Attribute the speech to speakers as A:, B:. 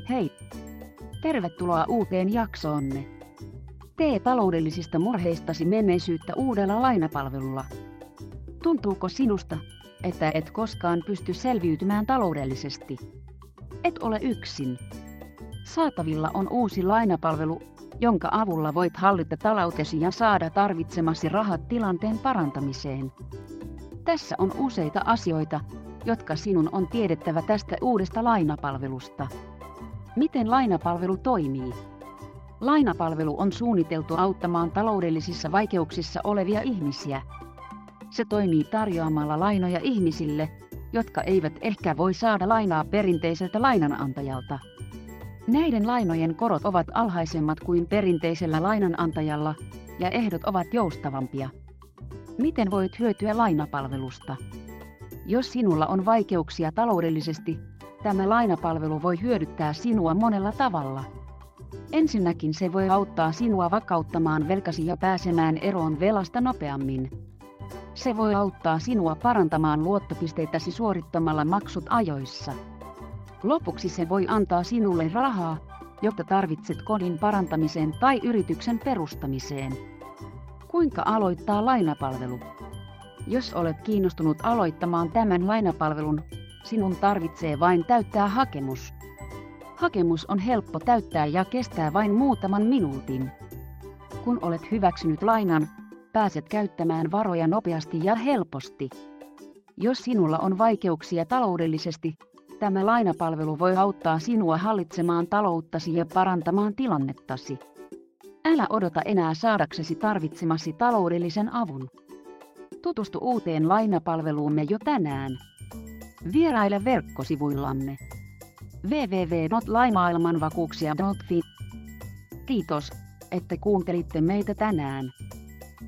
A: Hei! Tervetuloa uuteen jaksoomme. Tee taloudellisista murheistasi menneisyyttä uudella lainapalvelulla. Tuntuuko sinusta, että et koskaan pysty selviytymään taloudellisesti? Et ole yksin. Saatavilla on uusi lainapalvelu, jonka avulla voit hallita taloutesi ja saada tarvitsemasi rahat tilanteen parantamiseen. Tässä on useita asioita, jotka sinun on tiedettävä tästä uudesta lainapalvelusta. Miten lainapalvelu toimii? Lainapalvelu on suunniteltu auttamaan taloudellisissa vaikeuksissa olevia ihmisiä. Se toimii tarjoamalla lainoja ihmisille, jotka eivät ehkä voi saada lainaa perinteiseltä lainanantajalta. Näiden lainojen korot ovat alhaisemmat kuin perinteisellä lainanantajalla ja ehdot ovat joustavampia. Miten voit hyötyä lainapalvelusta? Jos sinulla on vaikeuksia taloudellisesti, tämä lainapalvelu voi hyödyttää sinua monella tavalla. Ensinnäkin se voi auttaa sinua vakauttamaan velkasi ja pääsemään eroon velasta nopeammin. Se voi auttaa sinua parantamaan luottopisteitäsi suorittamalla maksut ajoissa. Lopuksi se voi antaa sinulle rahaa, jota tarvitset kodin parantamiseen tai yrityksen perustamiseen. Kuinka aloittaa lainapalvelu? Jos olet kiinnostunut aloittamaan tämän lainapalvelun, sinun tarvitsee vain täyttää hakemus. Hakemus on helppo täyttää ja kestää vain muutaman minuutin. Kun olet hyväksynyt lainan, pääset käyttämään varoja nopeasti ja helposti. Jos sinulla on vaikeuksia taloudellisesti, tämä lainapalvelu voi auttaa sinua hallitsemaan talouttasi ja parantamaan tilannettasi. Älä odota enää saadaksesi tarvitsemasi taloudellisen avun. Tutustu uuteen lainapalveluumme jo tänään. Vieraile verkkosivuillamme www.lainamaailmanvakuuksia.fi. Kiitos, että kuuntelitte meitä tänään.